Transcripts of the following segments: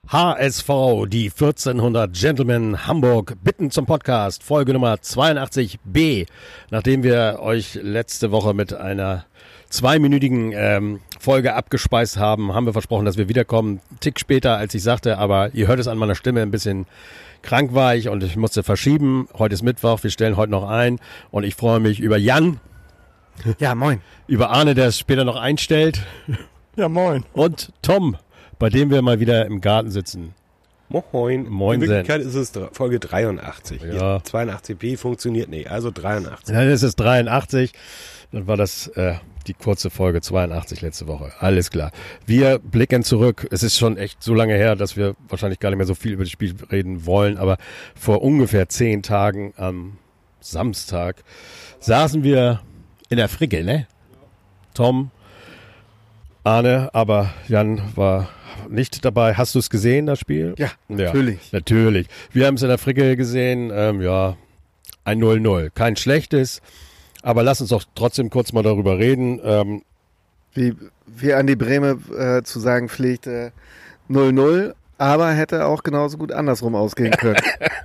HSV, die 1400 Gentlemen Hamburg bitten zum Podcast, Folge Nummer 82b. Nachdem wir euch letzte Woche mit einer zweiminütigen Folge abgespeist haben, haben wir versprochen, dass wir wiederkommen. Einen Tick später, als ich sagte, aber ihr hört es an meiner Stimme, ein bisschen krank war ich und ich musste verschieben. Heute ist Mittwoch, wir stellen heute noch ein und ich freue mich über Jan. Ja, moin. Über Arne, der es später noch einstellt. Ja, moin. Und Tom, bei dem wir mal wieder im Garten sitzen. Moin. Moin. In Wirklichkeit ist es Folge 83. Ja. 82b funktioniert nicht, also 83. Ja, das ist 83. Dann war das die kurze Folge 82 letzte Woche. Alles klar. Wir blicken zurück. Es ist schon echt so lange her, dass wir wahrscheinlich gar nicht mehr so viel über das Spiel reden wollen. Aber vor ungefähr 10 Tagen am Samstag saßen wir in der Fricke, ne? Tom, Arne, aber Jan war nicht dabei. Hast du es gesehen, das Spiel? Ja, natürlich. Ja, natürlich. Wir haben es in der Fricke gesehen, ein 0-0. Kein schlechtes, aber lass uns doch trotzdem kurz mal darüber reden. Wie Andi Brehme zu sagen pflegt, 0-0, aber hätte auch genauso gut andersrum ausgehen können.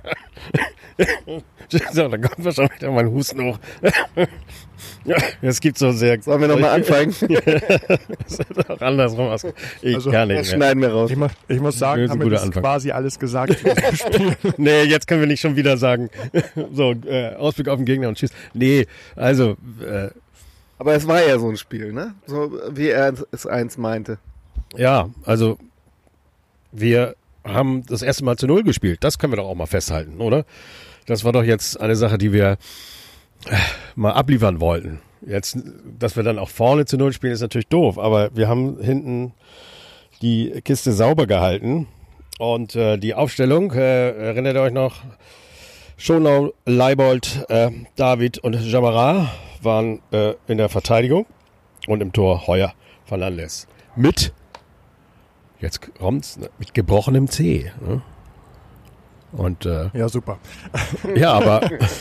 So, da kommt wahrscheinlich wieder mein Husten hoch. Ja, es gibt so sehr... Sollen wir nochmal anfangen? Das ist auch andersrum aus. Ich kann nicht Das mehr. schneiden wir raus. Ich muss sagen, Das ist ein damit guter ist Anfang. quasi alles gesagt für das Spiel. Nee, jetzt können wir nicht schon wieder sagen. So, Ausblick auf den Gegner und schieß. Nee, also... Aber es war ja so ein Spiel, ne? So wie er es einst meinte. Ja, also wir haben das erste Mal zu 0 gespielt. Das können wir doch auch mal festhalten, oder? Das war doch jetzt eine Sache, die wir mal abliefern wollten. Jetzt, dass wir dann auch vorne zu 0 spielen, ist natürlich doof. Aber wir haben hinten die Kiste sauber gehalten. Und die Aufstellung, erinnert ihr euch noch? Schonau, Leibold, David und Jamara waren in der Verteidigung. Und im Tor Heuer, Fernandes. Jetzt kommt's, mit gebrochenem C. Ne? Und Ja, super. ja, aber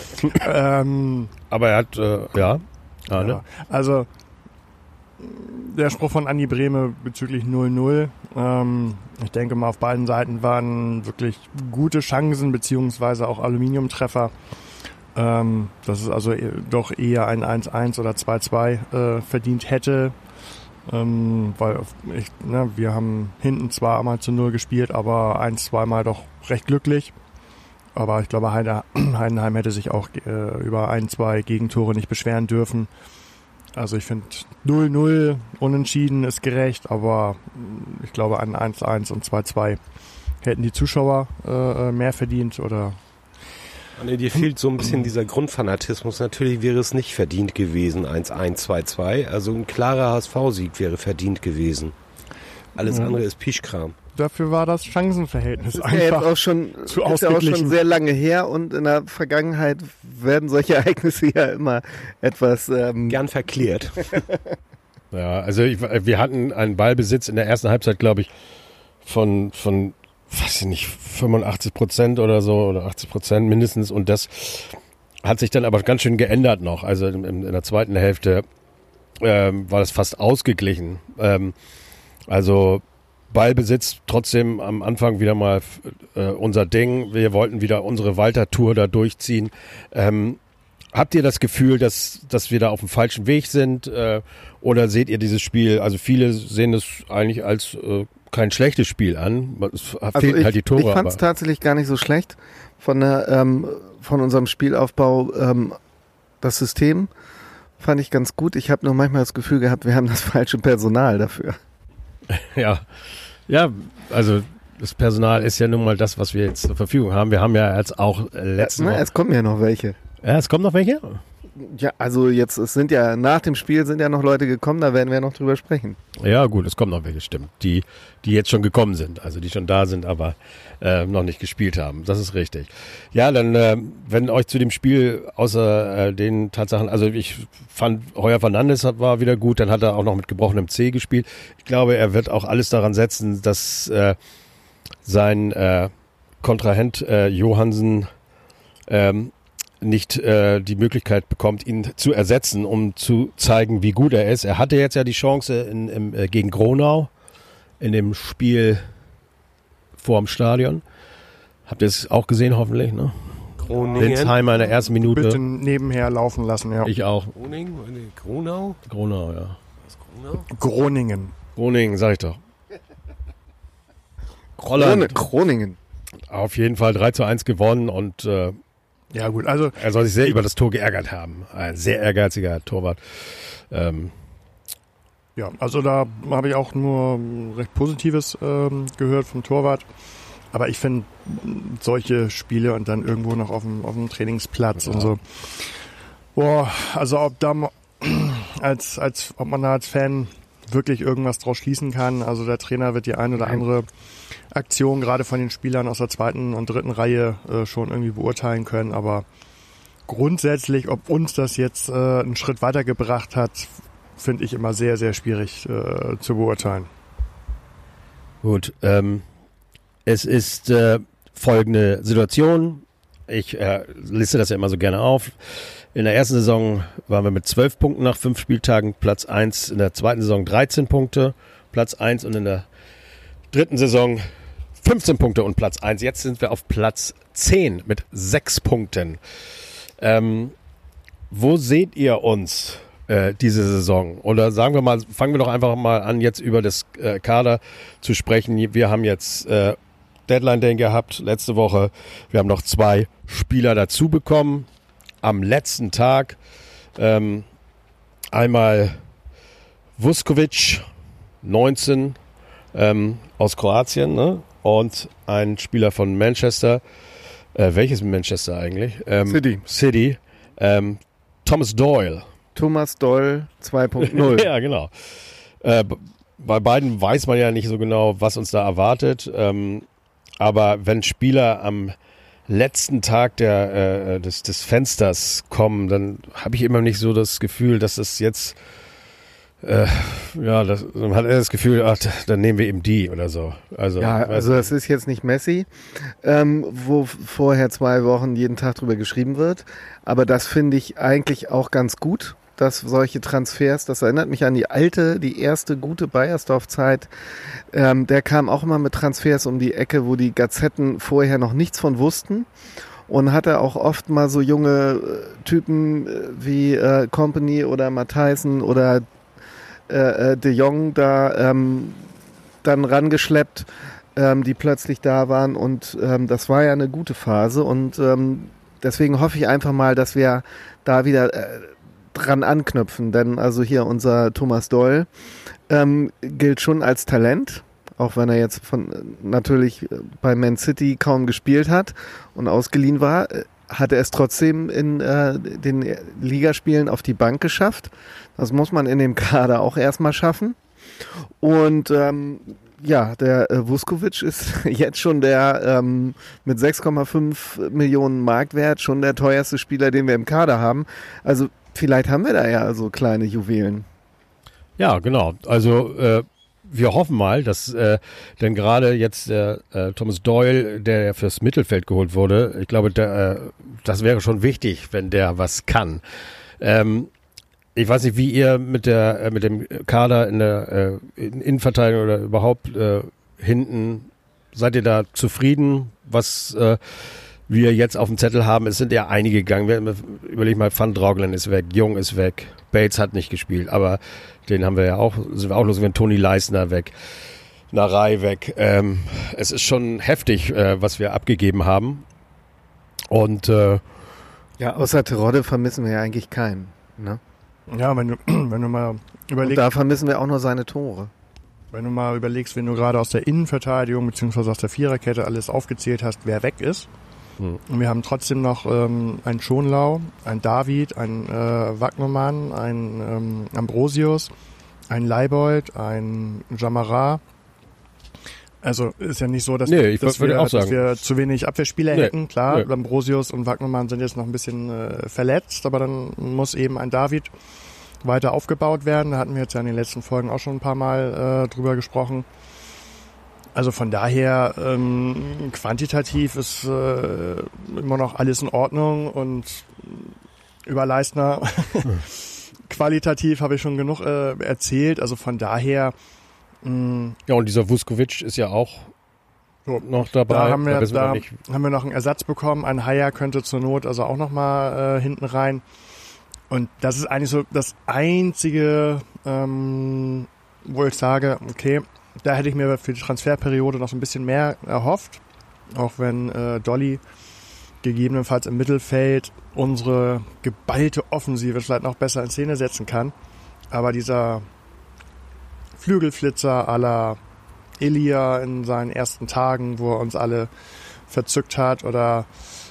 aber er hat Arne. Ja, also der Spruch von Andi Brehme bezüglich 0-0. Ich denke mal, auf beiden Seiten waren wirklich gute Chancen beziehungsweise auch Aluminiumtreffer. Dass es also doch eher ein 1-1 oder 2-2 verdient hätte. Weil wir haben hinten zwar einmal zu 0 gespielt, aber 1-2 Mal doch recht glücklich. Aber ich glaube, Heidenheim hätte sich auch über 1-2 Gegentore nicht beschweren dürfen. Also ich finde 0-0 unentschieden ist gerecht, aber ich glaube an 1-1 und 2-2 hätten die Zuschauer mehr verdient oder... Nee, dir fehlt so ein bisschen dieser Grundfanatismus. Natürlich wäre es nicht verdient gewesen, 1-1, 2-2. Also ein klarer HSV-Sieg wäre verdient gewesen. Alles andere ist Pischkram. Dafür war das Chancenverhältnis Ist ja jetzt einfach auch schon, zu ist ja auch ausgeglichen. schon sehr lange her und in der Vergangenheit werden solche Ereignisse ja immer etwas... Gern verklärt. Ja, also wir hatten einen Ballbesitz in der ersten Halbzeit, glaube ich, von weiß ich nicht, 85% oder so oder 80% mindestens. Und das hat sich dann aber ganz schön geändert noch. Also in der zweiten Hälfte war das fast ausgeglichen. Also Ballbesitz trotzdem am Anfang wieder mal unser Ding. Wir wollten wieder unsere Walter-Tour da durchziehen. Habt ihr das Gefühl, dass wir da auf dem falschen Weg sind? Oder seht ihr dieses Spiel? Also viele sehen es eigentlich als kein schlechtes Spiel an. Es fehlten halt die Tore. Ich fand es tatsächlich gar nicht so schlecht von unserem Spielaufbau. Das System fand ich ganz gut. Ich habe nur manchmal das Gefühl gehabt, wir haben das falsche Personal dafür. Ja, also das Personal ist ja nun mal das, was wir jetzt zur Verfügung haben. Wir haben ja jetzt auch letzte Woche... Es kommen ja noch welche. Ja, es kommen noch welche? Ja, also jetzt, nach dem Spiel sind ja noch Leute gekommen, da werden wir noch drüber sprechen. Ja gut, es kommen noch welche, stimmt. Die jetzt schon gekommen sind, also die schon da sind, aber noch nicht gespielt haben. Das ist richtig. Ja, dann, wenn euch zu dem Spiel außer den Tatsachen, also ich fand, Heuer Fernandes war wieder gut, dann hat er auch noch mit gebrochenem C gespielt. Ich glaube, er wird auch alles daran setzen, dass sein Kontrahent Johansen nicht die Möglichkeit bekommt, ihn zu ersetzen, um zu zeigen, wie gut er ist. Er hatte jetzt ja die Chance gegen Gronau in dem Spiel vor dem Stadion. Habt ihr es auch gesehen, hoffentlich, ne? Groningen. Linsheimer in der ersten Minute. Bitte nebenher laufen lassen, ja. Ich auch. Groningen? Gronau? Gronau, ja. Was, Gronau? Groningen. Groningen, sag ich doch. Holland. Groningen. Auf jeden Fall 3:1 gewonnen und Ja gut, also er soll sich sehr über das Tor geärgert haben. Ein sehr ehrgeiziger Torwart. ja, also da habe ich auch nur recht Positives gehört vom Torwart. Aber ich finde solche Spiele und dann irgendwo noch auf dem Trainingsplatz und so. Boah, also ob man da als Fan wirklich irgendwas draus schließen kann. Also der Trainer wird die eine oder andere Aktion gerade von den Spielern aus der zweiten und dritten Reihe schon irgendwie beurteilen können. Aber grundsätzlich, ob uns das jetzt einen Schritt weitergebracht hat, finde ich immer sehr, sehr schwierig zu beurteilen. Gut, es ist folgende Situation. Ich liste das ja immer so gerne auf. In der ersten Saison waren wir mit 12 Punkten nach 5 Spieltagen Platz 1. In der zweiten Saison 13 Punkte, Platz 1. Und in der dritten Saison 15 Punkte und Platz 1. Jetzt sind wir auf Platz 10 mit 6 Punkten. Wo seht ihr uns diese Saison? Oder sagen wir mal, fangen wir doch einfach mal an, jetzt über das Kader zu sprechen. Wir haben jetzt Deadline Day gehabt letzte Woche. Wir haben noch 2 Spieler dazu bekommen. Am letzten Tag einmal Vuskovic, 19, aus Kroatien, ne? Und ein Spieler von Manchester. Welches Manchester eigentlich? City. Thomas Doyle. Thomas Doyle 2.0. Ja, genau. Bei beiden weiß man ja nicht so genau, was uns da erwartet. Aber wenn Spieler am letzten Tag des Fensters kommen, dann habe ich immer nicht so das Gefühl, dass es jetzt dann hat er das Gefühl, ach, dann nehmen wir eben die oder so. Also das ist jetzt nicht Messi, wo vorher 2 Wochen jeden Tag drüber geschrieben wird. Aber das finde ich eigentlich auch ganz gut, dass solche Transfers, das erinnert mich an die erste gute Beiersdorf-Zeit. Der kam auch immer mit Transfers um die Ecke, wo die Gazetten vorher noch nichts von wussten. Und hatte auch oft mal so junge Typen wie Company oder Matthijssen oder De Jong da dann rangeschleppt, die plötzlich da waren. Und das war ja eine gute Phase. Und deswegen hoffe ich einfach mal, dass wir da wieder dran anknüpfen. Denn also hier unser Thomas Doyle gilt schon als Talent, auch wenn er jetzt natürlich bei Man City kaum gespielt hat und ausgeliehen war, hat er es trotzdem in den Ligaspielen auf die Bank geschafft. Das muss man in dem Kader auch erstmal schaffen. Und der Vuskovic ist jetzt schon der mit 6,5 Millionen Marktwert schon der teuerste Spieler, den wir im Kader haben. Also vielleicht haben wir da ja so kleine Juwelen. Ja, genau. Also wir hoffen mal, dass denn gerade jetzt Thomas Doyle, der fürs Mittelfeld geholt wurde, ich glaube, das wäre schon wichtig, wenn der was kann. Ich weiß nicht, wie ihr mit dem Kader in der Innenverteidigung oder überhaupt hinten, seid ihr da zufrieden, was wir jetzt auf dem Zettel haben? Es sind ja einige gegangen. Überleg mal, Van Droglen ist weg, Jung ist weg, Bates hat nicht gespielt, aber den sind wir auch los, wir haben Toni Leisner weg, Narei weg. Es ist schon heftig, was wir abgegeben haben. Und außer Terodde vermissen wir ja eigentlich keinen, ne? Ja, wenn du mal überlegst. Und da vermissen wir auch nur seine Tore. Wenn du mal überlegst, wenn du gerade aus der Innenverteidigung bzw. aus der Viererkette alles aufgezählt hast, wer weg ist. Und wir haben trotzdem noch einen Schonlau, einen David, einen Wagnermann, einen Ambrosius, einen Leibold, einen Jamara. Also ist ja nicht so, dass wir zu wenig Abwehrspieler hätten. Klar, Ambrosius und Wagnermann sind jetzt noch ein bisschen verletzt, aber dann muss eben ein David weiter aufgebaut werden. Da hatten wir jetzt ja in den letzten Folgen auch schon ein paar Mal drüber gesprochen. Also von daher, quantitativ ist immer noch alles in Ordnung und über Leistner qualitativ habe ich schon genug erzählt. Also von daher. Ja, und dieser Vuskovic ist ja auch noch dabei. Da haben wir nicht. haben wir noch einen Ersatz bekommen. Ein Haier könnte zur Not also auch nochmal hinten rein. Und das ist eigentlich so das Einzige, wo ich sage, okay, da hätte ich mir für die Transferperiode noch so ein bisschen mehr erhofft. Auch wenn Dolly gegebenenfalls im Mittelfeld unsere geballte Offensive vielleicht noch besser in Szene setzen kann. Aber dieser Flügelflitzer à la Elia in seinen ersten Tagen, wo er uns alle verzückt hat, oder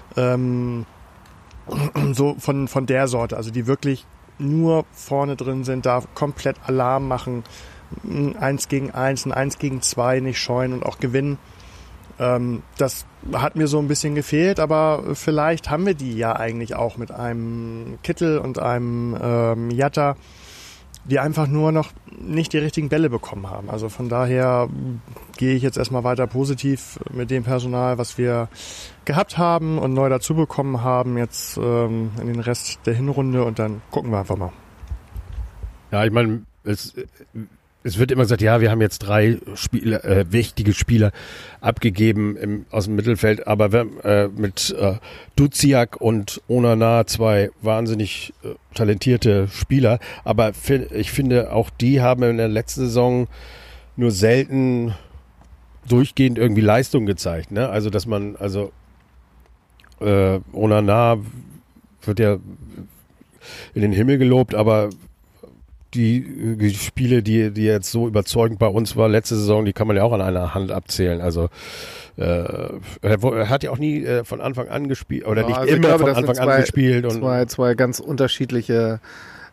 so von der Sorte, also die wirklich nur vorne drin sind, da komplett Alarm machen, 1 gegen 1, ein 1 gegen 2 nicht scheuen und auch gewinnen. Das hat mir so ein bisschen gefehlt, aber vielleicht haben wir die ja eigentlich auch mit einem Kittel und einem Jatta, die einfach nur noch nicht die richtigen Bälle bekommen haben. Also von daher gehe ich jetzt erstmal weiter positiv mit dem Personal, was wir gehabt haben und neu dazu bekommen haben, jetzt in den Rest der Hinrunde, und dann gucken wir einfach mal. Ja, ich meine, es wird immer gesagt, ja, wir haben jetzt 3 wichtige Spieler abgegeben aus dem Mittelfeld, aber wir, mit Duziak und Onana 2 wahnsinnig talentierte Spieler, aber ich finde, auch die haben in der letzten Saison nur selten durchgehend irgendwie Leistung gezeigt, ne? Also, dass man, Onana wird ja in den Himmel gelobt, aber die Spiele, die jetzt so überzeugend bei uns war letzte Saison, die kann man ja auch an einer Hand abzählen. Also er hat ja auch nie von Anfang an gespielt, oder nicht also immer von Anfang an gespielt. Und zwei ganz unterschiedliche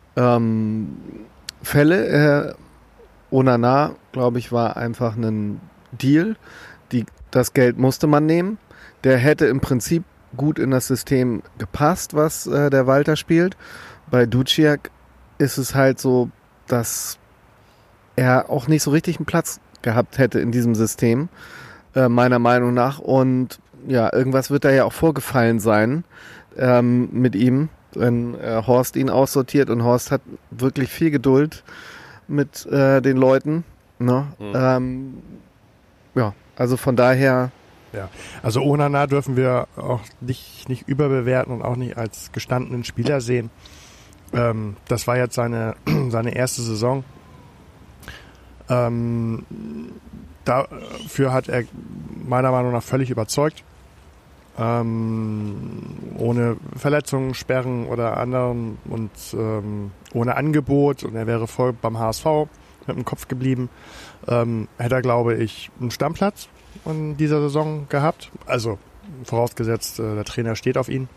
Fälle. Onana, glaube ich, war einfach ein Deal. Das Geld musste man nehmen. Der hätte im Prinzip gut in das System gepasst, was der Walter spielt. Bei Duciak ist es halt so, dass er auch nicht so richtig einen Platz gehabt hätte in diesem System, meiner Meinung nach. Und ja, irgendwas wird da ja auch vorgefallen sein mit ihm, wenn Horst ihn aussortiert. Und Horst hat wirklich viel Geduld mit den Leuten. Ne? Ja, also von daher... Ja, also Onana dürfen wir auch nicht überbewerten und auch nicht als gestandenen Spieler sehen. Das war jetzt seine erste Saison. Dafür hat er meiner Meinung nach völlig überzeugt. Ohne Verletzungen, Sperren oder anderen und ohne Angebot. Und er wäre voll beim HSV mit dem Kopf geblieben. Hätte er, glaube ich, einen Stammplatz in dieser Saison gehabt. Also vorausgesetzt, der Trainer steht auf ihn.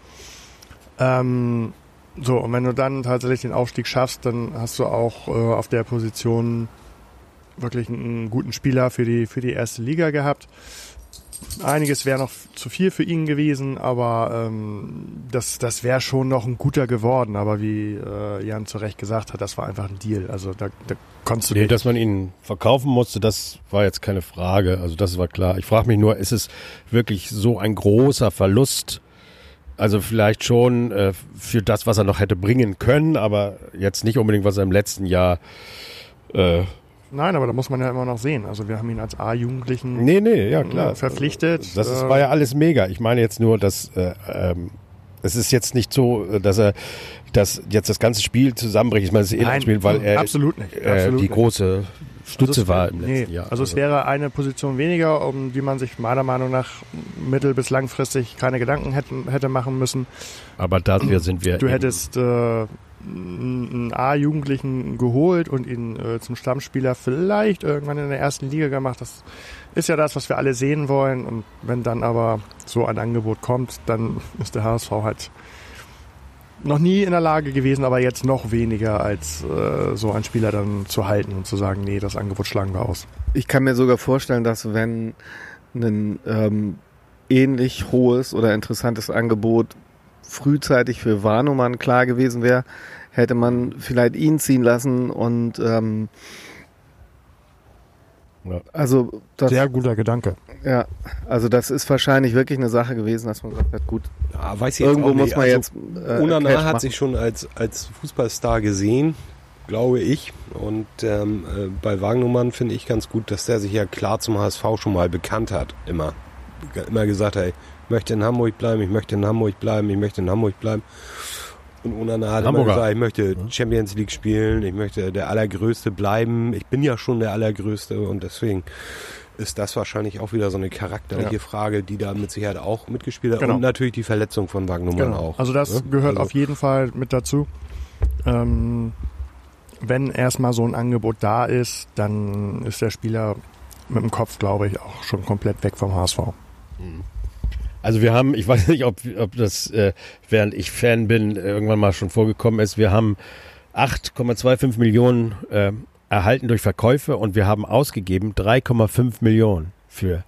So, und wenn du dann tatsächlich den Aufstieg schaffst, dann hast du auch auf der Position wirklich einen guten Spieler für die erste Liga gehabt. Einiges wäre noch zu viel für ihn gewesen, aber das wäre schon noch ein guter geworden. Aber wie Jan zu Recht gesagt hat, das war einfach ein Deal. Also da konntest du... Nee, dass man ihn verkaufen musste, das war jetzt keine Frage. Also das war klar. Ich frage mich nur, ist es wirklich so ein großer Verlust? Also vielleicht schon für das, was er noch hätte bringen können, aber jetzt nicht unbedingt, was er im letzten Jahr... Nein, aber da muss man ja immer noch sehen. Also wir haben ihn als A-Jugendlichen ja, klar. Verpflichtet. Das war ja alles mega. Ich meine jetzt nur, dass es ist jetzt nicht so, dass jetzt das ganze Spiel zusammenbricht. Ich meine, es ist ein Spiel, weil er absolut nicht. Die große Stütze war im letzten Jahr. Also es wäre eine Position weniger, um die man sich meiner Meinung nach mittel- bis langfristig keine Gedanken hätte machen müssen. Aber dafür sind wir... Du hättest einen A-Jugendlichen geholt und ihn zum Stammspieler vielleicht irgendwann in der ersten Liga gemacht. Das ist ja das, was wir alle sehen wollen. Und wenn dann aber so ein Angebot kommt, dann ist der HSV halt noch nie in der Lage gewesen, aber jetzt noch weniger, als so einen Spieler dann zu halten und zu sagen, nee, das Angebot schlagen wir aus. Ich kann mir sogar vorstellen, dass wenn ein ähnlich hohes oder interessantes Angebot frühzeitig für Warnumann klar gewesen wäre, hätte man vielleicht ihn ziehen lassen und also das, sehr guter Gedanke. Ja, also das ist wahrscheinlich wirklich eine Sache gewesen, dass man gesagt hat, gut, ja, weiß ich irgendwo jetzt auch muss nicht. man also, jetzt Onana hat sich schon als Fußballstar gesehen, glaube ich. Und bei Wagnumann finde ich ganz gut, dass der sich ja klar zum HSV schon mal bekannt hat. Immer gesagt hat, ich möchte in Hamburg bleiben, ich möchte in Hamburg bleiben, ich möchte in Hamburg bleiben. Und Onana hat immer gesagt, ich möchte Champions League spielen, ich möchte der Allergrößte bleiben. Ich bin ja schon der Allergrößte und deswegen ist das wahrscheinlich auch wieder so eine charakterliche Frage, die da mit Sicherheit auch mitgespielt hat. Genau. Und natürlich die Verletzung von Wagnumann auch. Also das gehört auf jeden Fall mit dazu. Wenn erstmal so ein Angebot da ist, dann ist der Spieler mit dem Kopf, glaube ich, auch schon komplett weg vom HSV. Also wir haben, ich weiß nicht, ob das, während ich Fan bin, irgendwann mal schon vorgekommen ist, wir haben 8,25 Millionen erhalten durch Verkäufe und wir haben ausgegeben 3,5 Millionen für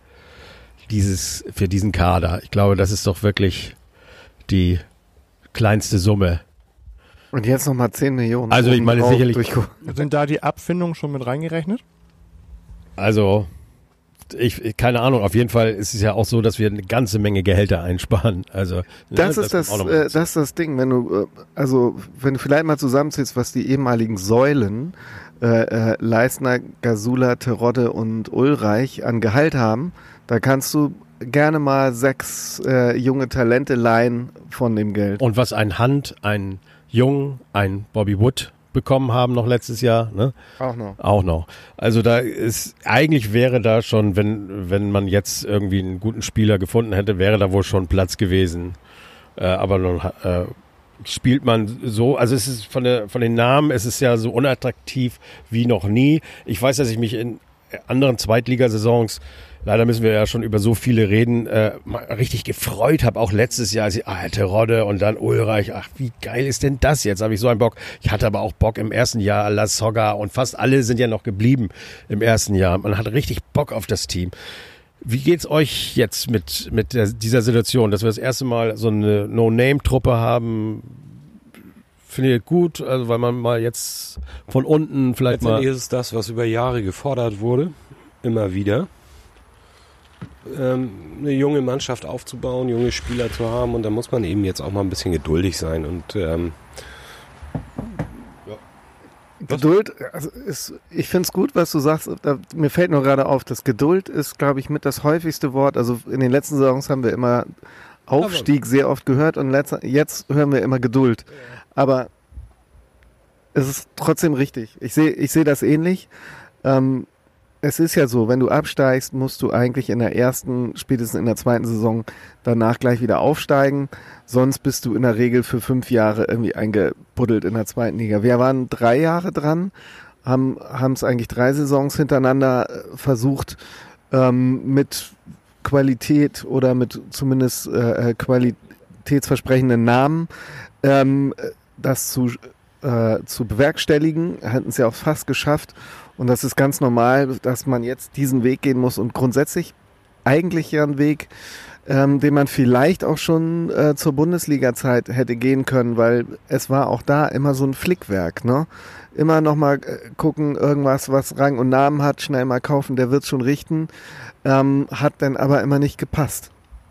diesen Kader. Ich glaube, das ist doch wirklich die kleinste Summe. Und jetzt nochmal 10 Millionen. Also ich meine sicherlich... Sind da die Abfindungen schon mit reingerechnet? Also... keine Ahnung, auf jeden Fall ist es ja auch so, dass wir eine ganze Menge Gehälter einsparen. Also das ist das Ding, wenn du vielleicht mal zusammenzählst, was die ehemaligen Säulen Leistner, Gasula, Terodde und Ulreich an Gehalt haben, da kannst du gerne mal 6 junge Talente leihen von dem Geld. Und was ein Hand, ein Jung, ein Bobby Wood bekommen haben noch letztes Jahr, ne? Auch noch. Also eigentlich wäre da schon, wenn man jetzt irgendwie einen guten Spieler gefunden hätte, wäre da wohl schon Platz gewesen. Aber nun spielt man so, also es ist von den Namen, es ist ja so unattraktiv wie noch nie. Ich weiß, dass ich mich in anderen Zweitligasaisons, leider müssen wir ja schon über so viele reden, richtig gefreut habe, auch letztes Jahr, als ich Terodde und dann Ulreich, ach, wie geil ist denn das jetzt? Habe ich so einen Bock. Ich hatte aber auch Bock im ersten Jahr, La Soga und fast alle sind ja noch geblieben im ersten Jahr. Man hat richtig Bock auf das Team. Wie geht's euch jetzt mit dieser Situation, dass wir das erste Mal so eine No-Name-Truppe haben? Findet ihr gut? Also, weil man mal jetzt von unten vielleicht letztendlich ist es das, was über Jahre gefordert wurde, immer wieder. Eine junge Mannschaft aufzubauen, junge Spieler zu haben und da muss man eben jetzt auch mal ein bisschen geduldig sein und Geduld, also ich finde es gut, was du sagst. Mir fällt nur gerade auf, dass Geduld ist, glaube ich, mit das häufigste Wort. Also in den letzten Saisons haben wir immer Aufstieg sehr oft gehört und jetzt hören wir immer Geduld. Aber es ist trotzdem richtig. Ich sehe das ähnlich. Es ist ja so, wenn du absteigst, musst du eigentlich in der ersten, spätestens in der zweiten Saison danach gleich wieder aufsteigen. Sonst bist du in der Regel für 5 Jahre irgendwie eingebuddelt in der zweiten Liga. Wir waren 3 Jahre dran, haben es eigentlich 3 Saisons hintereinander versucht, mit Qualität oder mit zumindest qualitätsversprechenden Namen das zu bewerkstelligen. Hatten es ja auch fast geschafft. Und das ist ganz normal, dass man jetzt diesen Weg gehen muss und grundsätzlich eigentlich ja ein Weg, den man vielleicht auch schon zur Bundesliga-Zeit hätte gehen können, weil es war auch da immer so ein Flickwerk, ne? Immer nochmal gucken, irgendwas, was Rang und Namen hat, schnell mal kaufen, der wird's schon richten, hat dann aber immer nicht gepasst.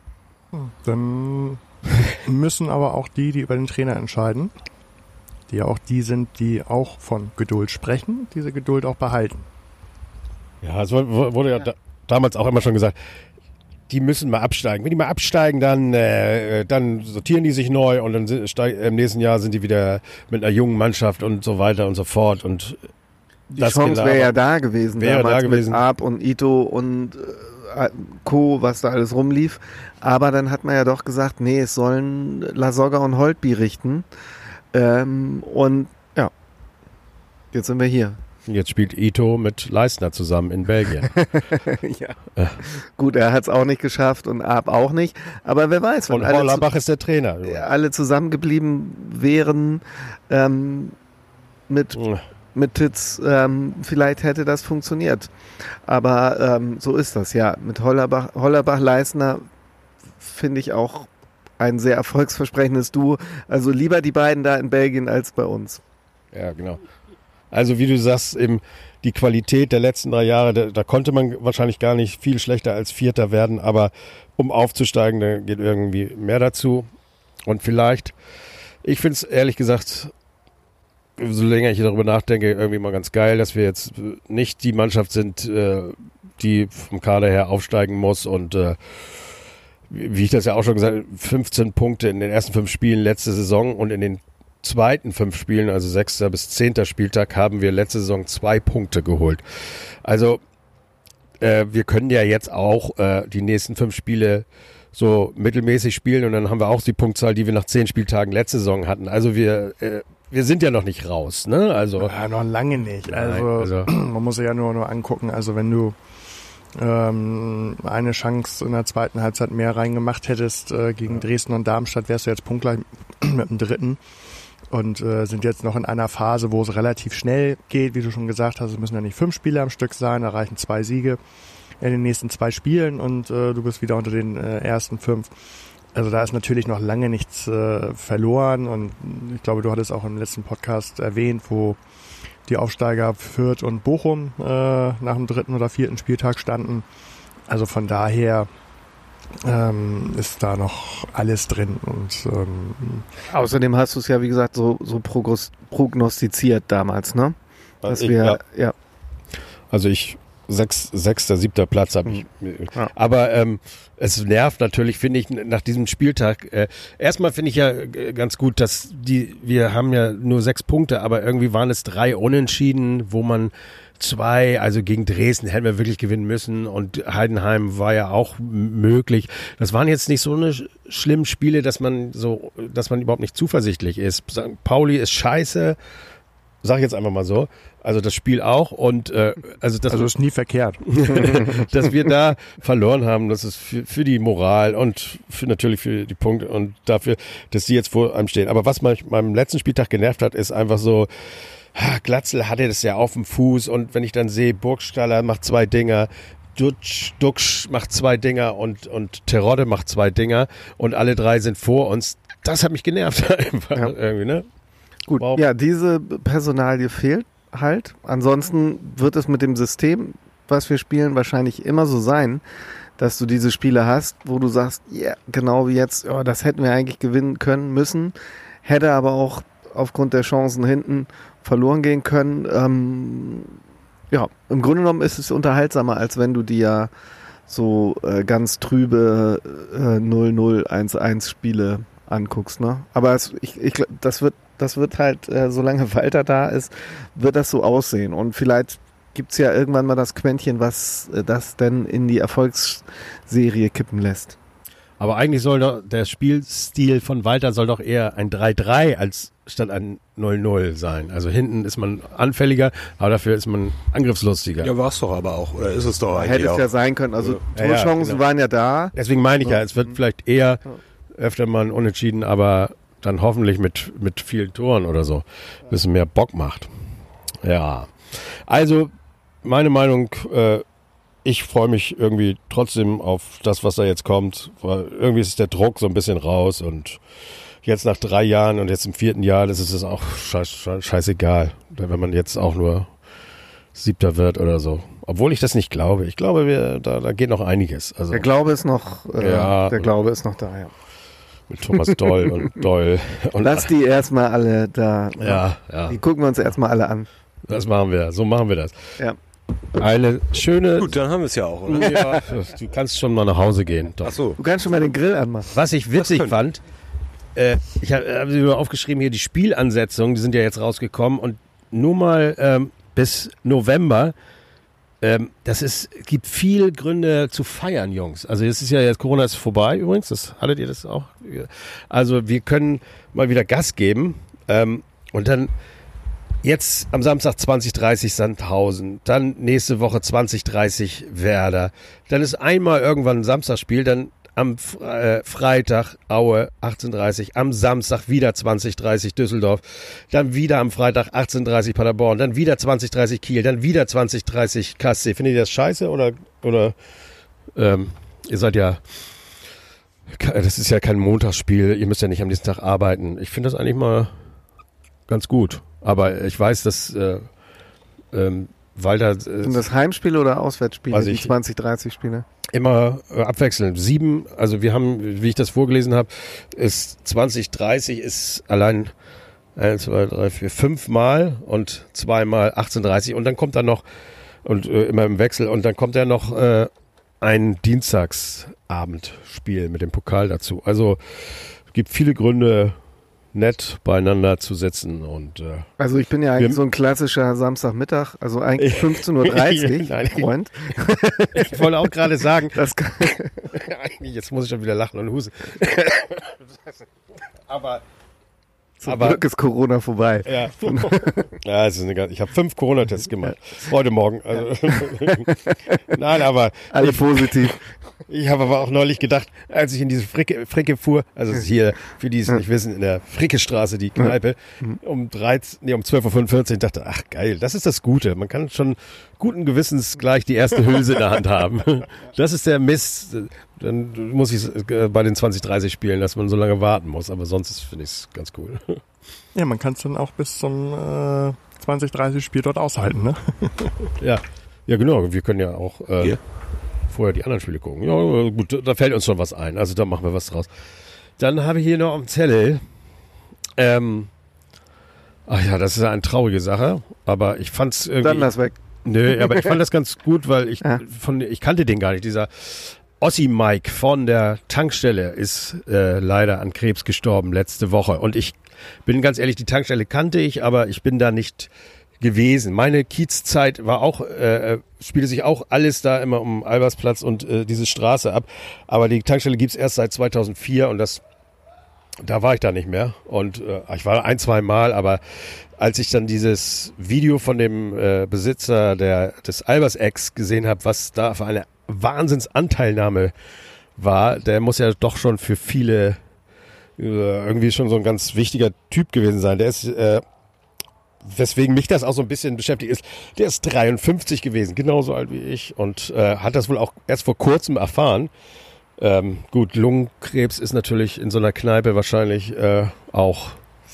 Dann müssen aber auch die über den Trainer entscheiden, die ja auch die sind, die auch von Geduld sprechen, diese Geduld auch behalten. Ja, es wurde ja damals auch immer schon gesagt, die müssen mal absteigen. Wenn die mal absteigen, dann sortieren die sich neu und dann im nächsten Jahr sind die wieder mit einer jungen Mannschaft und so weiter und so fort. Und die Chance wäre ja da gewesen, mit Arp und Ito und Co., was da alles rumlief. Aber dann hat man ja doch gesagt, nee, es sollen La Soga und Holtby richten. Und ja, jetzt sind wir hier. Jetzt spielt Ito mit Leistner zusammen in Belgien. Ja. Gut, er hat es auch nicht geschafft und Arp auch nicht. Aber wer weiß, wenn und Hollerbach ist der Trainer. Alle zusammengeblieben wären mit Titz, vielleicht hätte das funktioniert. Aber so ist das, ja. Mit Hollerbach, Leistner finde ich auch ein sehr erfolgsversprechendes Duo. Also lieber die beiden da in Belgien als bei uns. Ja, genau. Also wie du sagst, eben die Qualität der letzten 3 Jahre, da konnte man wahrscheinlich gar nicht viel schlechter als Vierter werden, aber um aufzusteigen, da geht irgendwie mehr dazu. Und vielleicht, ich finde es ehrlich gesagt so länger ich darüber nachdenke, irgendwie mal ganz geil, dass wir jetzt nicht die Mannschaft sind, die vom Kader her aufsteigen muss und wie ich das ja auch schon gesagt habe, 15 Punkte in den ersten 5 Spielen letzte Saison und in den zweiten 5 Spielen, also 6. bis 10. Spieltag, haben wir letzte Saison 2 Punkte geholt. Also wir können ja jetzt auch die nächsten 5 Spiele so mittelmäßig spielen und dann haben wir auch die Punktzahl, die wir nach 10 Spieltagen letzte Saison hatten. Also wir sind ja noch nicht raus, ne? Also ja, noch lange nicht. Nein, Also man muss sich ja nur angucken. Also wenn du eine Chance in der zweiten Halbzeit mehr reingemacht hättest gegen Dresden und Darmstadt, wärst du jetzt punktgleich mit dem dritten. Und sind jetzt noch in einer Phase, wo es relativ schnell geht, wie du schon gesagt hast. Es müssen ja nicht 5 Spiele am Stück sein, da reichen 2 Siege in den nächsten 2 Spielen und du bist wieder unter den ersten 5. Also da ist natürlich noch lange nichts verloren und ich glaube, du hattest auch im letzten Podcast erwähnt, wo die Aufsteiger Fürth und Bochum nach dem 3. oder 4. Spieltag standen. Also von daher ist da noch alles drin. Und außerdem hast du es ja, wie gesagt, so prognostiziert damals, ne? Dass wir, ja. Also 6., 7. Platz habe ich. Ja. Aber es nervt natürlich, finde ich, nach diesem Spieltag. Erstmal finde ich ja ganz gut, dass wir haben ja nur 6 Punkte, aber irgendwie waren es 3 Unentschieden, wo man 2, also gegen Dresden hätten wir wirklich gewinnen müssen und Heidenheim war ja auch möglich. Das waren jetzt nicht so eine schlimmen Spiele, dass man überhaupt nicht zuversichtlich ist. St. Pauli ist scheiße, sag ich jetzt einfach mal so. Also das Spiel auch und also ist nie verkehrt. dass wir da verloren haben, das ist für die Moral und natürlich für die Punkte und dafür, dass die jetzt vor einem stehen. Aber was mich beim letzten Spieltag genervt hat, ist einfach so, Glatzel hatte das ja auf dem Fuß und wenn ich dann sehe, Burgstaller macht 2 Dinger, Duxch macht 2 Dinger und Terodde macht 2 Dinger und alle 3 sind vor uns, das hat mich genervt einfach irgendwie, ne? Gut, ja, diese Personalie fehlt halt. Ansonsten wird es mit dem System, was wir spielen, wahrscheinlich immer so sein, dass du diese Spiele hast, wo du sagst, ja, genau wie jetzt, das hätten wir eigentlich gewinnen können müssen, hätte aber auch aufgrund der Chancen hinten verloren gehen können. Ja, im Grunde genommen ist es unterhaltsamer, als wenn du dir so ganz trübe 0-0, 1-1 Spiele anguckst, ne? Aber ich glaube, das wird halt, solange Walter da ist, wird das so aussehen. Und vielleicht gibt's ja irgendwann mal das Quäntchen, was das denn in die Erfolgsserie kippen lässt. Aber eigentlich soll doch der Spielstil von Walter soll doch eher ein 3-3 statt ein 0-0 sein. Also hinten ist man anfälliger, aber dafür ist man angriffslustiger. Ja, war es doch aber auch. Oder ist es doch eigentlich hätte auch? Es ja sein können. Also Torchancen waren ja da. Deswegen meine ich ja, es wird vielleicht eher öfter mal ein Unentschieden, aber dann hoffentlich mit vielen Toren oder so. Ein bisschen mehr Bock macht. Ja. Also, meine Meinung, ich freue mich irgendwie trotzdem auf das, was da jetzt kommt, weil irgendwie ist der Druck so ein bisschen raus und jetzt nach 3 Jahren und jetzt im 4. Jahr, das ist es auch scheißegal, wenn man jetzt auch nur 7. wird oder so. Obwohl ich das nicht glaube. Ich glaube, da geht noch einiges. Also, der Glaube ist noch da, ja. Mit Thomas Doll und Doll. Und lass die erstmal alle da. Ja. Die gucken wir uns erstmal alle an. Das machen wir. So machen wir das. Ja. Eine schöne... Gut, dann haben wir es ja auch, oder? Ja, du kannst schon mal nach Hause gehen. Doch. Ach so. Du kannst schon mal den Grill anmachen. Was ich witzig fand, ich habe mir aufgeschrieben hier, die Spielansetzungen, die sind ja jetzt rausgekommen und nur mal bis November, gibt viel Gründe zu feiern, Jungs. Also es ist ja jetzt, Corona ist vorbei übrigens, hattet ihr das auch? Also wir können mal wieder Gas geben und dann jetzt am Samstag 20:30 Sandhausen, dann nächste Woche 20:30 Werder, dann ist einmal irgendwann ein Samstagspiel, dann am Freitag Aue 18:30, am Samstag wieder 20:30 Düsseldorf, dann wieder am Freitag 18:30 Paderborn, dann wieder 20:30 Kiel, dann wieder 20:30 KSC. Findet ihr das scheiße oder ihr seid ja, das ist ja kein Montagsspiel, ihr müsst ja nicht am nächsten Tag arbeiten. Ich finde das eigentlich mal ganz gut, aber ich weiß, dass Walter... Sind das Heimspiele oder Auswärtsspiele, also die 20:30 Spiele? Immer abwechselnd. 7, also wir haben, wie ich das vorgelesen habe, ist 20:30 ist allein 1, 2, 3, 4, 5 Mal und 2 Mal 18:30 und dann kommt dann noch, und immer im Wechsel, und dann kommt ja noch ein Dienstagsabendspiel mit dem Pokal dazu. Also es gibt viele Gründe, nett beieinander zu sitzen. Und also ich bin ja eigentlich so ein klassischer Samstagmittag, also eigentlich 15:30 Uhr, Freund. Ich wollte auch gerade sagen, eigentlich, jetzt muss ich schon wieder lachen und husten. Aber zum Glück ist Corona vorbei. Ja, ja, ich habe 5 Corona-Tests gemacht. Heute Morgen. Also, nein, aber alle positiv. Ich habe aber auch neulich gedacht, als ich in diese Fricke fuhr, also es ist hier, für die es nicht wissen, in der Fricke-Straße, die Kneipe, um 12:45 Uhr, dachte, ach geil, das ist das Gute. Man kann schon guten Gewissens gleich die erste Hülse in der Hand haben. Das ist der Mist. Dann muss ich es bei den 20:30 spielen, dass man so lange warten muss. Aber sonst finde ich es ganz cool. Ja, man kann es dann auch bis zum 20:30 Spiel dort aushalten, ne? Ja, genau. Wir können ja auch vorher die anderen Spiele gucken. Ja, gut, da fällt uns schon was ein. Also da machen wir was draus. Dann habe ich hier noch am Zettel, ach ja, das ist eine traurige Sache, aber ich fand es irgendwie... Dann lass weg. Nö, aber ich fand das ganz gut, weil ich kannte den gar nicht. Dieser Ossi Mike von der Tankstelle ist leider an Krebs gestorben letzte Woche. Und ich bin ganz ehrlich, die Tankstelle kannte ich, aber ich bin da nicht gewesen. Meine Kiezzeit war auch, spielte sich auch alles da immer um Albersplatz und diese Straße ab. Aber die Tankstelle gibt's erst seit 2004 und da war ich da nicht mehr. Und ich war 1-2 Mal, aber als ich dann dieses Video von dem Besitzer des Albers-Ex gesehen habe, was da für eine Wahnsinnsanteilnahme war, der muss ja doch schon für viele irgendwie schon so ein ganz wichtiger Typ gewesen sein. Der ist, weswegen mich das auch so ein bisschen beschäftigt ist, der ist 53 gewesen, genauso alt wie ich, und hat das wohl auch erst vor kurzem erfahren. Gut, Lungenkrebs ist natürlich in so einer Kneipe wahrscheinlich auch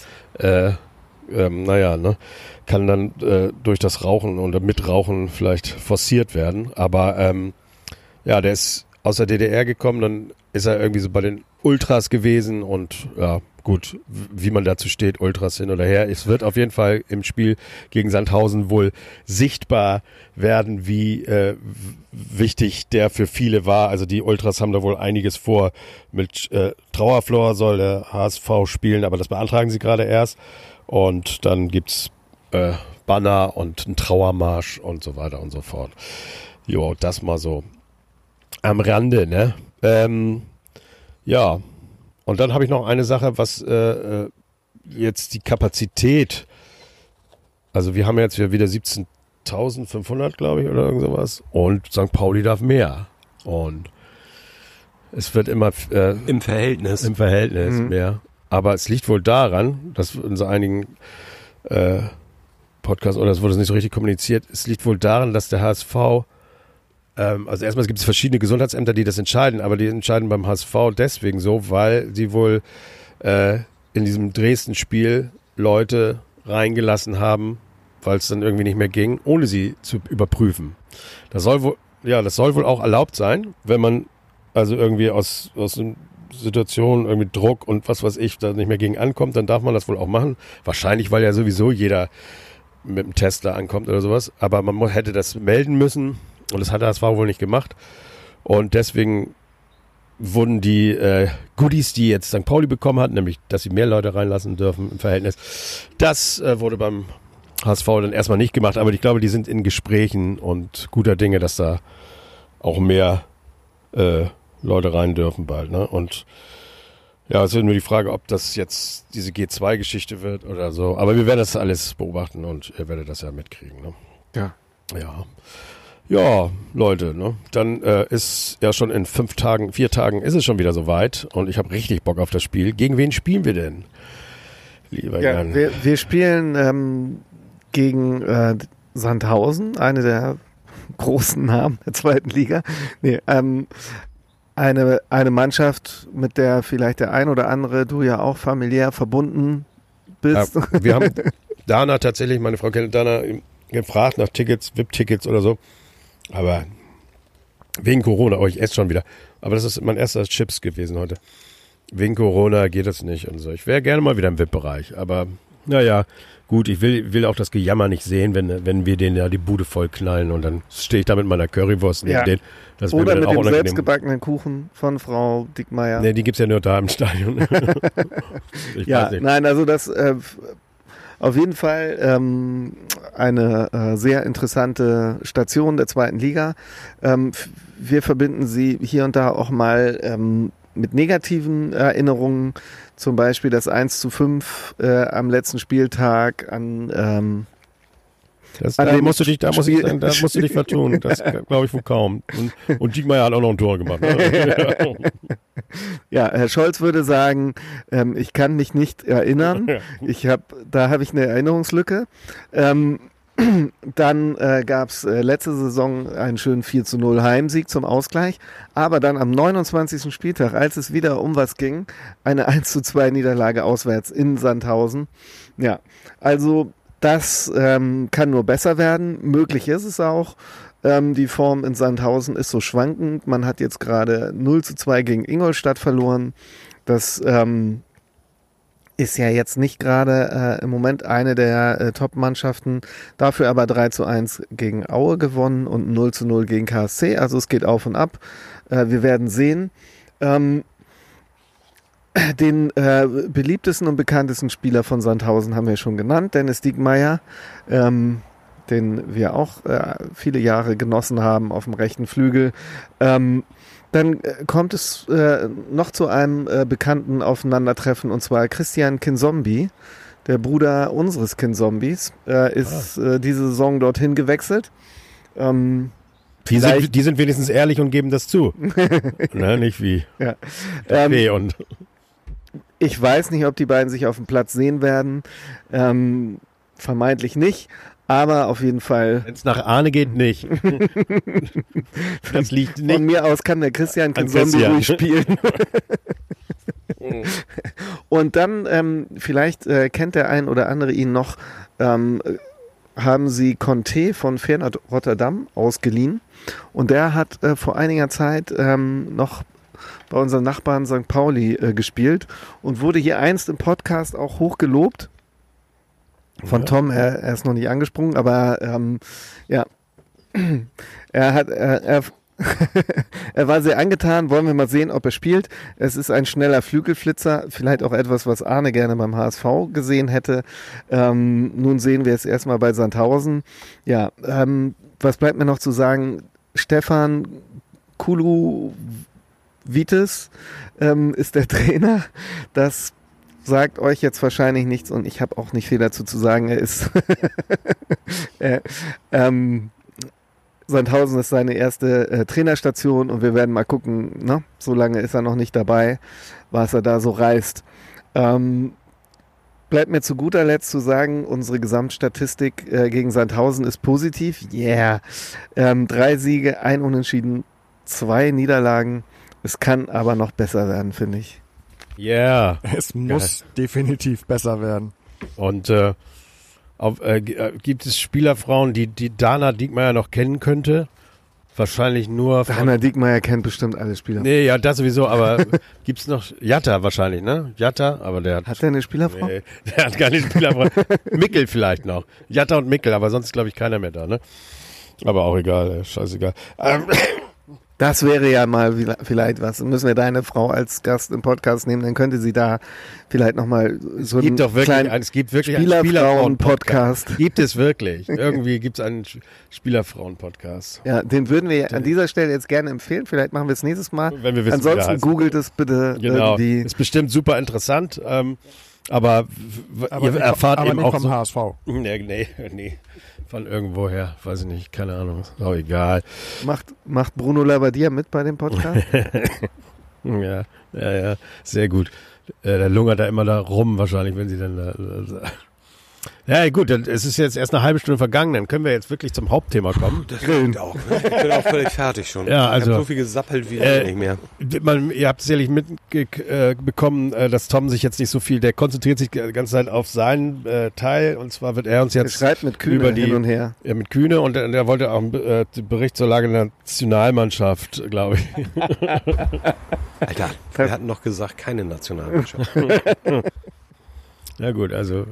naja, ne, kann dann durch das Rauchen oder Mitrauchen vielleicht forciert werden. Aber ja, der ist aus der DDR gekommen, dann ist er irgendwie so bei den Ultras gewesen und ja, gut, wie man dazu steht, Ultras hin oder her. Es wird auf jeden Fall im Spiel gegen Sandhausen wohl sichtbar werden, wie wichtig der für viele war. Also die Ultras haben da wohl einiges vor. Mit Trauerflor soll der HSV spielen, aber das beantragen sie gerade erst. Und dann gibt's Banner und einen Trauermarsch und so weiter und so fort. Jo, das mal so am Rande, ne? Ja, und dann habe ich noch eine Sache, was jetzt die Kapazität, also wir haben jetzt wieder 17.500, glaube ich, oder irgend sowas, und St. Pauli darf mehr. Und es wird immer im Verhältnis mehr. Aber es liegt wohl daran, dass in so einigen Podcasts, oder es wurde nicht so richtig kommuniziert, es liegt wohl daran, dass der HSV, also erstmal gibt es verschiedene Gesundheitsämter, die das entscheiden, aber die entscheiden beim HSV deswegen so, weil sie wohl in diesem Dresden-Spiel Leute reingelassen haben, weil es dann irgendwie nicht mehr ging, ohne sie zu überprüfen. Das soll wohl auch erlaubt sein, wenn man also irgendwie aus einer Situation, irgendwie Druck und was weiß ich, da nicht mehr gegen ankommt, dann darf man das wohl auch machen. Wahrscheinlich, weil ja sowieso jeder mit dem Tesla ankommt oder sowas. Aber man hätte das melden müssen und das hat der HSV wohl nicht gemacht. Und deswegen wurden die Goodies, die jetzt St. Pauli bekommen hat, nämlich, dass sie mehr Leute reinlassen dürfen im Verhältnis, das wurde beim HSV dann erstmal nicht gemacht. Aber ich glaube, die sind in Gesprächen und guter Dinge, dass da auch mehr Leute rein dürfen bald, ne? Und ja, es ist nur die Frage, ob das jetzt diese G2-Geschichte wird oder so. Aber wir werden das alles beobachten und ihr werdet das ja mitkriegen, ne? Ja. Ja, Leute, ne? Dann ist ja schon in 4 Tagen ist es schon wieder soweit und ich habe richtig Bock auf das Spiel. Gegen wen spielen wir denn? Lieber Jan. Wir spielen gegen Sandhausen, eine der großen Namen der zweiten Liga. Nee, eine Mannschaft, mit der vielleicht der ein oder andere du ja auch familiär verbunden bist. Ja, wir haben Dana tatsächlich, meine Frau kennt Dana, gefragt nach Tickets, VIP-Tickets oder so. Aber wegen Corona, ich esse schon wieder. Aber das ist mein erster Chips gewesen heute. Wegen Corona geht das nicht und so. Ich wäre gerne mal wieder im VIP-Bereich, aber Naja, gut, ich will auch das Gejammer nicht sehen, wenn wir denen ja die Bude voll knallen und dann stehe ich da mit meiner Currywurst neben denen. Das Oder mir mit dann auch dem unangenehm. selbstgebackenen Kuchen von Frau Dickmeyer. Nee, die gibt's ja nur da im Stadion. Ich weiß nicht. Nein, also das auf jeden Fall eine sehr interessante Station der 2. Liga. Wir verbinden sie hier und da auch mal mit negativen Erinnerungen, zum Beispiel das 1:5 am letzten Spieltag an Da musst du dich vertun. Das glaube ich wohl kaum. Und Diekmeyer hat auch noch ein Tor gemacht. Ja, Herr Scholz würde sagen, ich kann mich nicht erinnern. Da habe ich eine Erinnerungslücke. Dann gab es letzte Saison einen schönen 4:0 Heimsieg zum Ausgleich. Aber dann am 29. Spieltag, als es wieder um was ging, eine 1:2 Niederlage auswärts in Sandhausen. Ja, also das kann nur besser werden. Möglich ist es auch. Die Form in Sandhausen ist so schwankend. Man hat jetzt gerade 0:2 gegen Ingolstadt verloren. Das ist ja jetzt nicht gerade im Moment eine der Top-Mannschaften. Dafür aber 3:1 gegen Aue gewonnen und 0:0 gegen KSC. Also es geht auf und ab. Wir werden sehen. Den beliebtesten und bekanntesten Spieler von Sandhausen haben wir schon genannt, Dennis Diekmeyer, den wir auch viele Jahre genossen haben auf dem rechten Flügel. Dann kommt es noch zu einem bekannten Aufeinandertreffen, und zwar Christian Kinzombie, der Bruder unseres Kinzombies, ist diese Saison dorthin gewechselt. Die sind wenigstens ehrlich und geben das zu. Na, nicht wie Ja. und Ich weiß nicht, ob die beiden sich auf dem Platz sehen werden. Vermeintlich nicht. Aber auf jeden Fall. wenn es nach Arne geht, nicht. Das liegt Von nicht. mir aus kann der Christian Kinzombie Christian. ruhig spielen. Und dann, vielleicht kennt der ein oder andere ihn noch, haben sie Conte von Feyenoord Rotterdam ausgeliehen. Und der hat vor einiger Zeit noch bei unseren Nachbarn St. Pauli gespielt und wurde hier einst im Podcast auch hoch gelobt. Von Tom, er ist noch nicht angesprungen, aber ja, er war sehr angetan. Wollen wir mal sehen, ob er spielt. Es ist ein schneller Flügelflitzer, vielleicht auch etwas, was Arne gerne beim HSV gesehen hätte. Nun sehen wir es erstmal bei Sandhausen. Ja, was bleibt mir noch zu sagen? Stefan Kuluvitis ist der Trainer. Das sagt euch jetzt wahrscheinlich nichts und ich habe auch nicht viel dazu zu sagen. Er ist Sandhausen ist seine erste Trainerstation und wir werden mal gucken, ne? So lange ist er noch nicht dabei, was er da so reißt. Bleibt mir zu guter Letzt zu sagen, unsere Gesamtstatistik gegen Sandhausen ist positiv. Yeah. 3 Siege, 1 Unentschieden, 2 Niederlagen. Es kann aber noch besser werden, finde ich. Yeah. Es muss definitiv besser werden. Und gibt es Spielerfrauen, die Dana Diekmeyer noch kennen könnte? Wahrscheinlich nur von... Dana Diekmeyer kennt bestimmt alle Spieler. Nee, ja, das sowieso, aber gibt's noch... Jatta wahrscheinlich, ne? Jatta, aber der Hat der eine Spielerfrau? Nee, der hat keine Spielerfrau. Mickel vielleicht noch. Jatta und Mickel, aber sonst glaube ich keiner mehr da, ne? Aber auch egal, scheißegal. Das wäre ja mal vielleicht was. Müssen wir deine Frau als Gast im Podcast nehmen, dann könnte sie da vielleicht nochmal so einen kleinen es gibt wirklich einen Spielerfrauen-Podcast. Gibt es wirklich. Irgendwie gibt es einen Spielerfrauen-Podcast. Ja, den würden wir an dieser Stelle jetzt gerne empfehlen. Vielleicht machen wir es nächstes Mal. Wenn wir wissen, Ansonsten wie der heißt. googelt es bitte Genau. irgendwie. Ist bestimmt super interessant, aber ihr erfahrt aber eben nicht auch vom so, HSV. Nee. Von irgendwoher, weiß ich nicht, keine Ahnung, ist auch egal. Macht Bruno Labbadia mit bei dem Podcast? Ja, sehr gut. Der lungert da immer da rum wahrscheinlich, wenn sie dann da... Ja gut, es ist jetzt erst eine halbe Stunde vergangen, dann können wir jetzt wirklich zum Hauptthema kommen. Das klingt auch. Ne? Ich bin auch völlig fertig schon. Ja, also, ich habe so viel gesappelt wie nicht mehr. Ihr habt sicherlich mitbekommen, dass Tom sich jetzt nicht so viel, der konzentriert sich die ganze Zeit auf seinen Teil, und zwar wird er uns Er jetzt schreibt mit Kühne über die, hin und her. Ja, mit Kühne, und er wollte auch einen Bericht zur Lage der Nationalmannschaft, glaube ich. Alter, wir hatten noch gesagt, keine Nationalmannschaft. Ja gut, also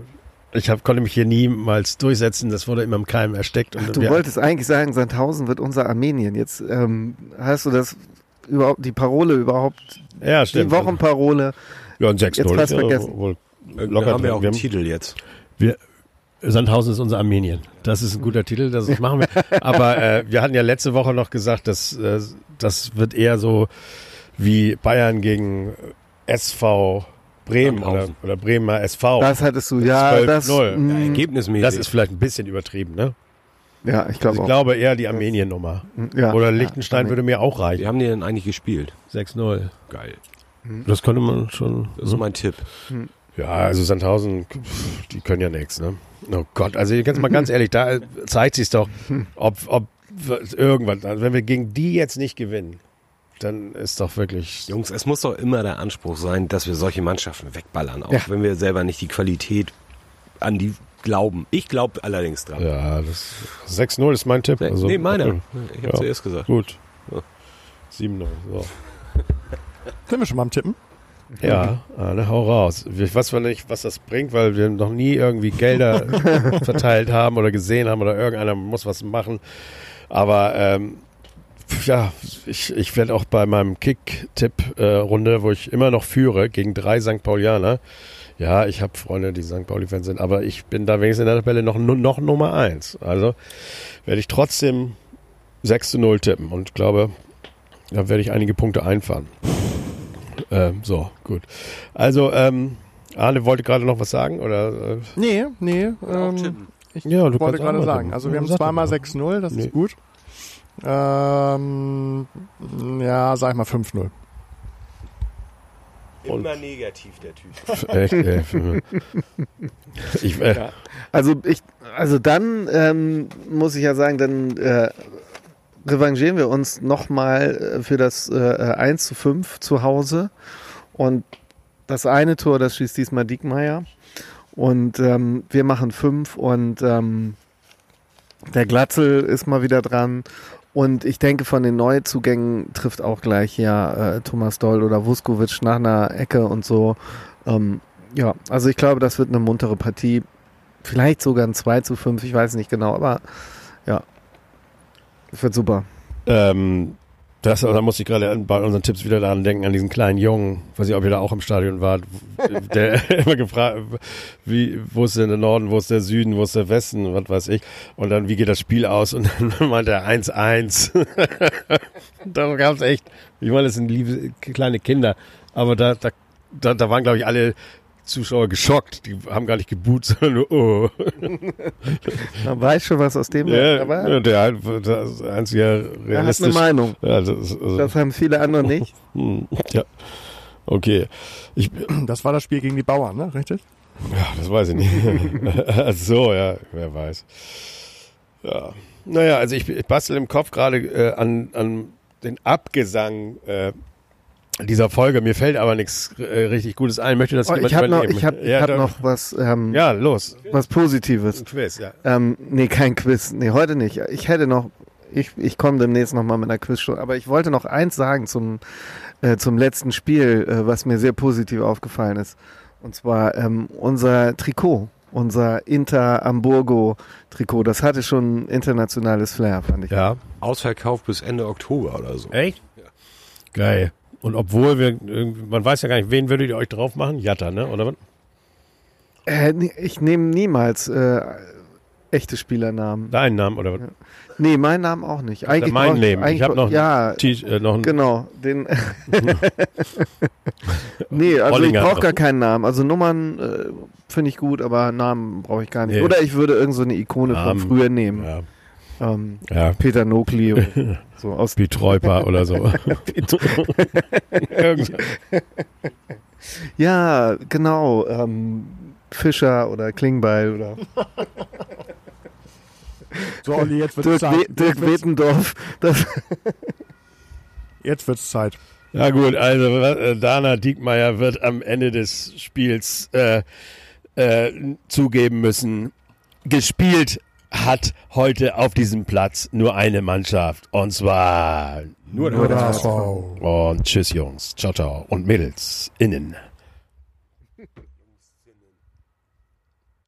konnte mich hier niemals durchsetzen. Das wurde immer im Keim erstickt. Und Du wolltest eigentlich sagen, Sandhausen wird unser Armenien. Jetzt hast du das überhaupt, die Parole überhaupt, ja, stimmt. die Wochenparole. Ja, ein 6-0. Jetzt fast vergessen. Wohl Locker haben wir auch einen Titel jetzt. Sandhausen ist unser Armenien. Das ist ein guter Titel, das machen wir. Aber wir hatten ja letzte Woche noch gesagt, dass das wird eher so wie Bayern gegen SV Bremen oder Bremer SV. Das hattest du, ja. 12-0. Ja, ergebnismäßig. Das ist vielleicht ein bisschen übertrieben, ne? Ja, ich glaube Ich auch. glaube eher die Armenien-Nummer. Ja, Oder Liechtenstein würde mir auch reichen. Wie haben die denn eigentlich gespielt? 6-0. Geil. Das könnte man schon. Das ist mein Tipp. Ja, also Sandhausen, die können ja nichts, ne? Oh Gott, also jetzt mal ganz ehrlich, da zeigt sich's doch, ob irgendwann, also wenn wir gegen die jetzt nicht gewinnen, dann ist doch wirklich... Jungs, es muss doch immer der Anspruch sein, dass wir solche Mannschaften wegballern, auch Ja. wenn wir selber nicht die Qualität an die glauben. Ich glaube allerdings dran. Ja, 6-0 ist mein Tipp. Also, Nee, meiner. okay. Ich habe zuerst gesagt. Gut. Ja. 7-0, so. Können wir schon mal am Tippen? Ja, hau raus. Ich weiß zwar nicht, was das bringt, weil wir noch nie irgendwie Gelder verteilt haben oder gesehen haben oder irgendeiner muss was machen. Aber ja, ich werde auch bei meinem Kick-Tipp-Runde, wo ich immer noch führe, gegen 3 St. Paulianer. Ja, ich habe Freunde, die St. Pauli-Fans sind, aber ich bin da wenigstens in der Tabelle noch Nummer 1. Also werde ich trotzdem 6-0 tippen und glaube, da werde ich einige Punkte einfahren. So, gut. Also, Arne wollte gerade noch was sagen, oder? Nee. Ich Ja, du wollte kannst auch gerade mal sagen, tippen. also wir haben Sag doch zweimal mal. 6-0, das Nee. ist gut. Ja, sag ich mal 5-0. Immer negativ, der Typ. Echt, ey. Also dann muss ich ja sagen, dann revanchieren wir uns nochmal für das 1:5 zu Hause. Und das eine Tor, das schießt diesmal Diekmeyer. Und wir machen 5 und der Glatzel ist mal wieder dran. Und ich denke, von den Neuzugängen trifft auch gleich Thomas Doll oder Vuskovic nach einer Ecke und so. Ja, also ich glaube, das wird eine muntere Partie. Vielleicht sogar ein 2:5, ich weiß nicht genau, aber ja, das wird super. Da muss ich gerade bei unseren Tipps wieder daran denken, an diesen kleinen Jungen, weiß ich, ob ihr da auch im Stadion wart, der immer gefragt, wo ist denn der Norden, wo ist der Süden, wo ist der Westen, was weiß ich. Und dann, wie geht das Spiel aus? Und dann meinte er 1-1. Da gab es echt, ich meine, das sind liebe kleine Kinder, aber da waren, glaube ich, alle Zuschauer geschockt. Die haben gar nicht geboot, sondern nur, oh. Man weiß schon, was aus dem wird, aber Ja, der einzige er hat eine realistisch. Meinung. Ja, also, Das haben viele andere nicht. ja, okay. Das war das Spiel gegen die Bauern, ne? Richtig? Ja, das weiß ich nicht. Ach so, ja, wer weiß. Ja. Naja, also ich bastel im Kopf gerade an den Abgesang dieser Folge. Mir fällt aber nichts richtig Gutes ein. Möchte das jemand Ich habe noch, übernehmen? noch was, Ja, los. was Positives. Ein Quiz, ja. Nee, kein Quiz. Nee, heute nicht. Ich hätte noch, ich komme demnächst nochmal mit einer Quizshow, aber ich wollte noch eins sagen zum letzten Spiel, was mir sehr positiv aufgefallen ist. Und zwar unser Trikot, unser Inter Hamburgo Trikot, das hatte schon internationales Flair, fand ich. Ja. Ausverkauf bis Ende Oktober oder so. Echt? Ja. Geil. Und obwohl man weiß ja gar nicht, wen würdet ihr euch drauf machen? Jatta, ne? Oder was? Ich nehme niemals echte Spielernamen. Deinen Namen oder was? Nee, meinen Namen auch nicht. Eigentlich mein brauch- Leben. Ich eigentlich habe noch, ja, noch einen. genau, den. Nee, also Ollinger ich brauche noch. gar keinen Namen. Also Nummern finde ich gut, aber Namen brauche ich gar nicht. Nee. Oder ich würde irgend so eine Ikone Namen. von früher nehmen. Ja. Ja. Peter Nokli oder so aus. Betreuper oder so. Irgend- Ja, genau. Fischer oder Klingbeil oder So, Olli, jetzt wird's Dirk, Zeit. Dirk Wetendorf. Das, Jetzt wird's Zeit. Ja gut, also Dana Diekmeyer wird am Ende des Spiels zugeben müssen, gespielt hat heute auf diesem Platz nur eine Mannschaft. Und zwar Nur Nur der HSV. HSV. und tschüss Jungs, ciao ciao und Mädels innen.